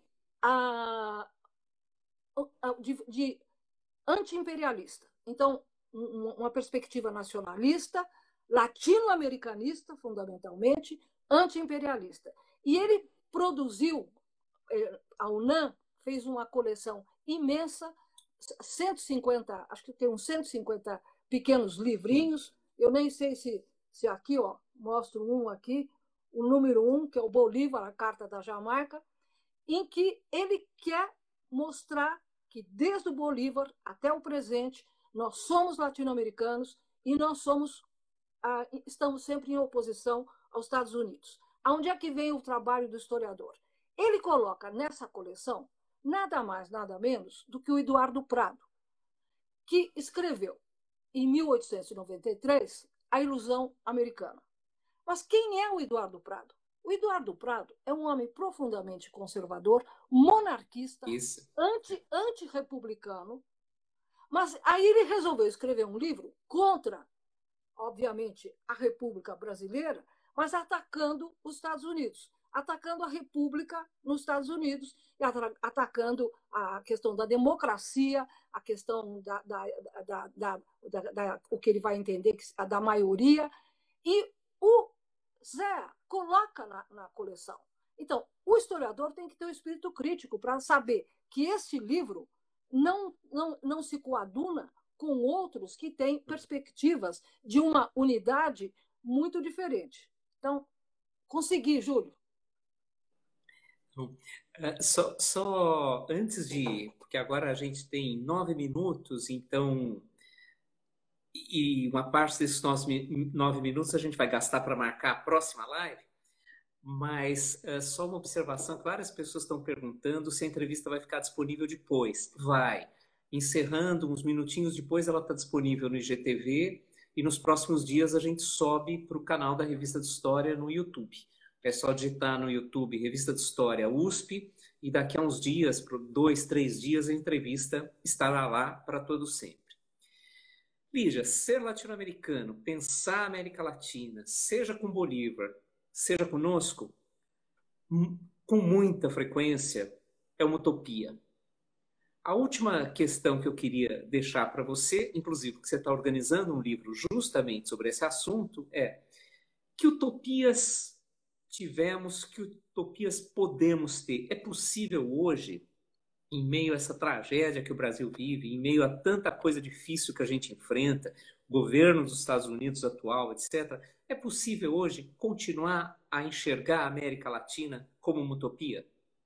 [SPEAKER 2] anti-imperialista. Então, uma perspectiva nacionalista, latino-americanista, fundamentalmente, anti-imperialista. E ele produziu, a UNAM fez uma coleção imensa, 150, acho que tem uns 150 pequenos livrinhos. Eu nem sei se aqui, ó, mostro um aqui, o número 1, que é o Bolívar, a Carta da Jamaica, em que ele quer mostrar que desde o Bolívar até o presente nós somos latino-americanos e nós estamos sempre em oposição aos Estados Unidos. Aonde é que vem o trabalho do historiador? Ele coloca nessa coleção nada mais, nada menos do que o Eduardo Prado, que escreveu em 1893 A Ilusão Americana. Mas quem é o Eduardo Prado? O Eduardo Prado é um homem profundamente conservador, monarquista, anti-republicano, mas aí ele resolveu escrever um livro contra, obviamente, a República Brasileira, mas atacando os Estados Unidos, atacando a República nos Estados Unidos, e atacando a questão da democracia, a questão o que ele vai entender da maioria, e o Zé coloca na coleção. Então, o historiador tem que ter um espírito crítico para saber que esse livro não se coaduna com outros que têm perspectivas de uma unidade muito diferente. Então, consegui, Júlio.
[SPEAKER 1] Só antes de... Porque agora a gente tem 9 minutos, então... E uma parte desses 9 minutos a gente vai gastar para marcar a próxima live. Mas só uma observação, várias pessoas estão perguntando se a entrevista vai ficar disponível depois. Vai. Encerrando, uns minutinhos depois, ela está disponível no IGTV e nos próximos dias a gente sobe para o canal da Revista de História no YouTube. É só digitar no YouTube Revista de História USP e daqui a uns dias, por 2, 3 dias, a entrevista estará lá para todo sempre. Lígia, ser latino-americano, pensar a América Latina, seja com Bolívar, seja conosco, com muita frequência, é uma utopia. A última questão que eu queria deixar para você, inclusive que você está organizando um livro justamente sobre esse assunto, é: que utopias tivemos, que utopias podemos ter? É possível hoje, em meio a essa tragédia que o Brasil vive, em meio a tanta coisa difícil que a gente enfrenta, governo dos Estados Unidos atual, etc., é possível hoje continuar a enxergar a América Latina como uma utopia?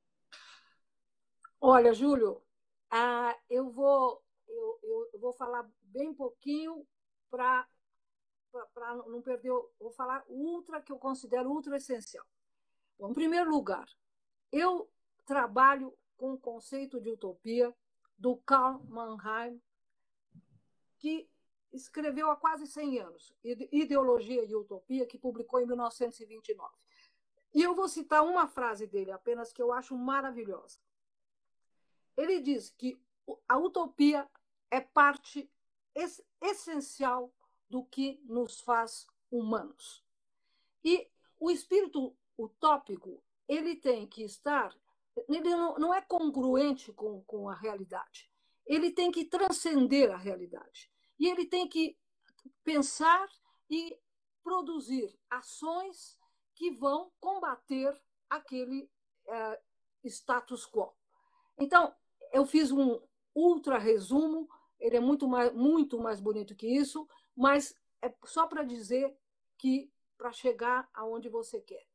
[SPEAKER 2] Olha, Júlio, eu vou falar bem pouquinho para não perder. Vou falar que eu considero ultra essencial. Bom, em primeiro lugar, eu trabalho com o conceito de utopia do Karl Mannheim, que escreveu há quase 100 anos, Ideologia e Utopia, que publicou em 1929. E eu vou citar uma frase dele apenas, que eu acho maravilhosa. Ele diz que a utopia é parte essencial do que nos faz humanos. E o espírito utópico, ele tem que estar... Ele não é congruente com a realidade. Ele tem que transcender a realidade. E ele tem que pensar e produzir ações que vão combater aquele status quo. Então, eu fiz um ultra resumo, ele é muito mais bonito que isso, mas é só para dizer que para chegar aonde você quer.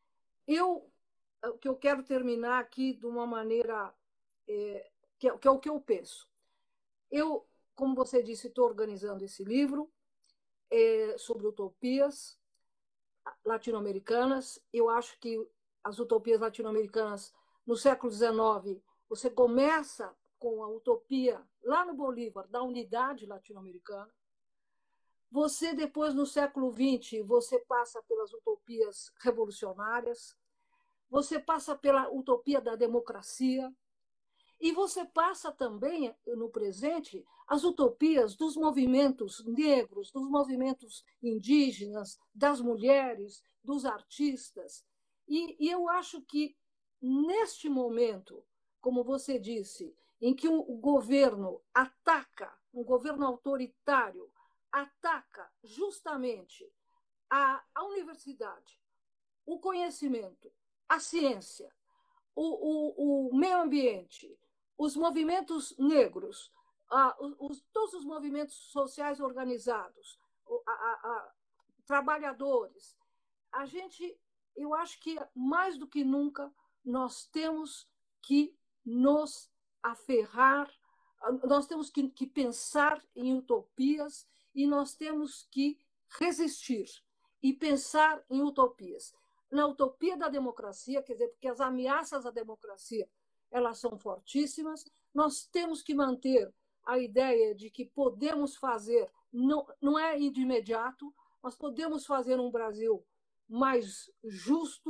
[SPEAKER 2] O que eu quero terminar aqui de uma maneira que é o que eu penso. Eu, como você disse, estou organizando esse livro sobre utopias latino-americanas. Eu acho que as utopias latino-americanas no século XIX, você começa com a utopia lá no Bolívar da unidade latino-americana. Você depois, no século XX, você passa pelas utopias revolucionárias, você passa pela utopia da democracia, e você passa também, no presente, as utopias dos movimentos negros, dos movimentos indígenas, das mulheres, dos artistas. E eu acho que, neste momento, como você disse, em que o governo ataca, um governo autoritário, ataca justamente a universidade, o conhecimento, a ciência, o meio ambiente, os movimentos negros, todos os movimentos sociais organizados, trabalhadores. Eu acho que mais do que nunca nós temos que nos aferrar, nós temos que pensar em utopias e nós temos que resistir e pensar em utopias. Na utopia da democracia, quer dizer, porque as ameaças à democracia elas são fortíssimas, nós temos que manter a ideia de que podemos fazer, não é de imediato, mas podemos fazer um Brasil mais justo,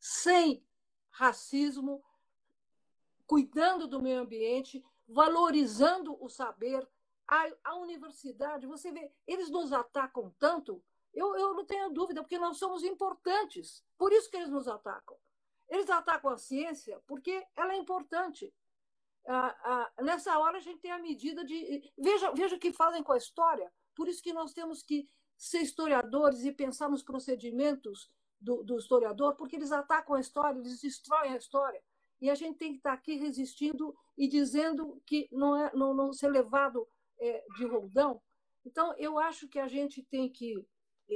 [SPEAKER 2] sem racismo, cuidando do meio ambiente, valorizando o saber. A universidade, você vê, eles nos atacam tanto, eu não tenho dúvida, porque nós somos importantes, por isso que eles nos atacam. Eles atacam a ciência porque ela é importante. Nessa hora a gente tem a medida de... Veja o que fazem com a história. Por isso que nós temos que ser historiadores e pensar nos procedimentos do historiador, porque eles atacam a história, eles destroem a história. E a gente tem que estar aqui resistindo e dizendo que não ser levado de roldão. Então, eu acho que a gente tem que...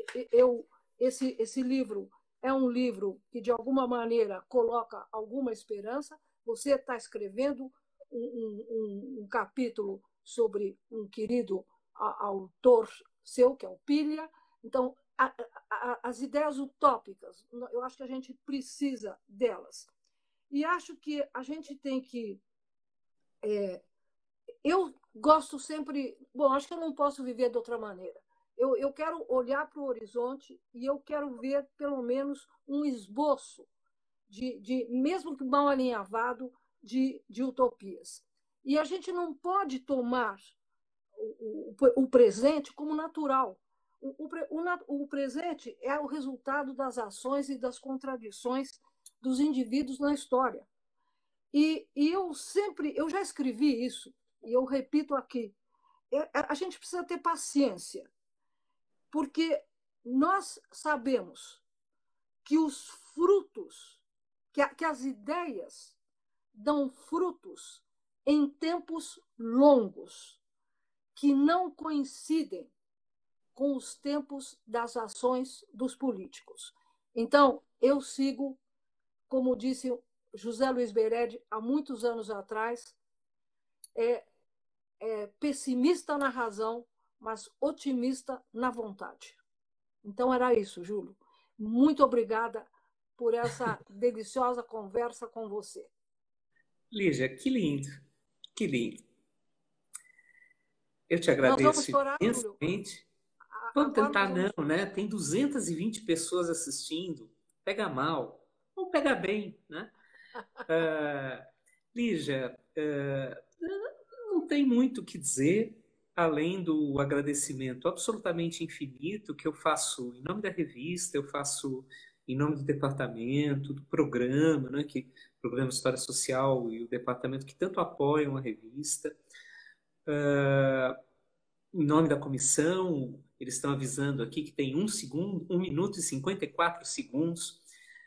[SPEAKER 2] Esse livro é um livro que, de alguma maneira, coloca alguma esperança. Você está escrevendo um capítulo sobre um querido autor seu, que é o Pilha. Então, as ideias utópicas, eu acho que a gente precisa delas. E acho que a gente tem que... eu gosto sempre... Bom, acho que eu não posso viver de outra maneira. Eu quero olhar para o horizonte e eu quero ver, pelo menos, um esboço, mesmo que mal alinhavado, de utopias. E a gente não pode tomar o presente como natural. O presente é o resultado das ações e das contradições dos indivíduos na história. E eu já escrevi isso, e eu repito aqui, a gente precisa ter paciência, porque nós sabemos que os frutos, que as ideias dão frutos em tempos longos, que não coincidem com os tempos das ações dos políticos. Então, eu sigo, como disse José Luiz Beredi há muitos anos atrás, pessimista na razão, mas otimista na vontade. Então, era isso, Júlio. Muito obrigada por essa deliciosa conversa com você.
[SPEAKER 1] Lígia, que lindo, que lindo. Eu te
[SPEAKER 2] Nós vamos
[SPEAKER 1] agradeço
[SPEAKER 2] chorar, Júlio.
[SPEAKER 1] imensamente. Vamos
[SPEAKER 2] Agora
[SPEAKER 1] tentar
[SPEAKER 2] nós vamos...
[SPEAKER 1] não, né? Tem 220 pessoas assistindo. Pega mal. Ou pega bem, né? Lígia, não tem muito o que dizer, além do agradecimento absolutamente infinito que eu faço em nome da revista, eu faço em nome do departamento, do programa, né? O Programa História Social e o departamento que tanto apoiam a revista. Em nome da comissão, eles estão avisando aqui que tem 1 minuto e 54 segundos.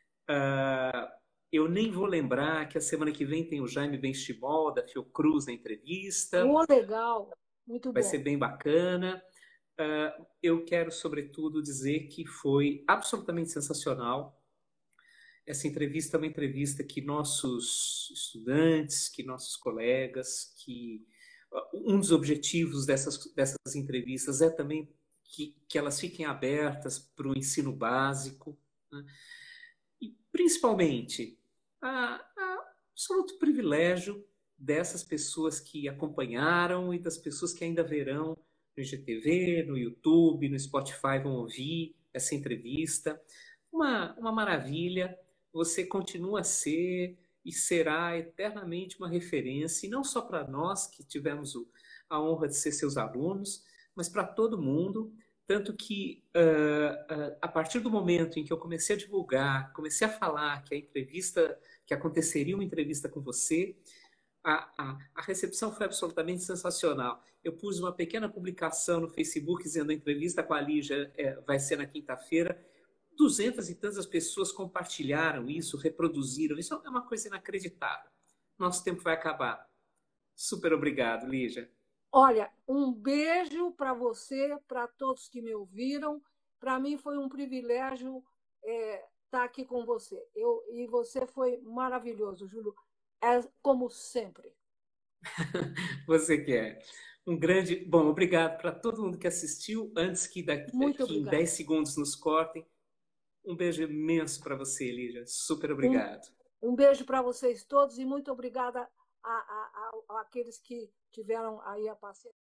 [SPEAKER 1] Eu nem vou lembrar que a semana que vem tem o Jaime Benchimol, da Fiocruz, na entrevista.
[SPEAKER 2] Legal, muito bom.
[SPEAKER 1] Vai ser bem bacana. Eu quero, sobretudo, dizer que foi absolutamente sensacional. Essa entrevista é uma entrevista que nossos estudantes, que nossos colegas, que um dos objetivos dessas entrevistas é também que elas fiquem abertas para o ensino básico, né? E principalmente absoluto privilégio dessas pessoas que acompanharam e das pessoas que ainda verão no IGTV, no YouTube, no Spotify, vão ouvir essa entrevista. Uma maravilha. Você continua a ser e será eternamente uma referência, e não só para nós que tivemos a honra de ser seus alunos, mas para todo mundo. Tanto que, a partir do momento em que eu comecei a divulgar, comecei a falar que aconteceria uma entrevista com você, a recepção foi absolutamente sensacional. Eu pus uma pequena publicação no Facebook dizendo: a entrevista com a Lígia vai ser na quinta-feira. 200 e tantas pessoas compartilharam isso, reproduziram. Isso é uma coisa inacreditável. Nosso tempo vai acabar. Super obrigado, Lígia.
[SPEAKER 2] Olha, um beijo para você, para todos que me ouviram. Para mim foi um privilégio estar aqui com você. E você foi maravilhoso, Júlio, como sempre.
[SPEAKER 1] Você quer. Um grande... Bom, obrigado para todo mundo que assistiu. Antes que daqui em 10 segundos nos cortem, um beijo imenso para você, Lígia. Super obrigado.
[SPEAKER 2] Um beijo para vocês todos e muito obrigada àqueles que tiveram aí a paciência.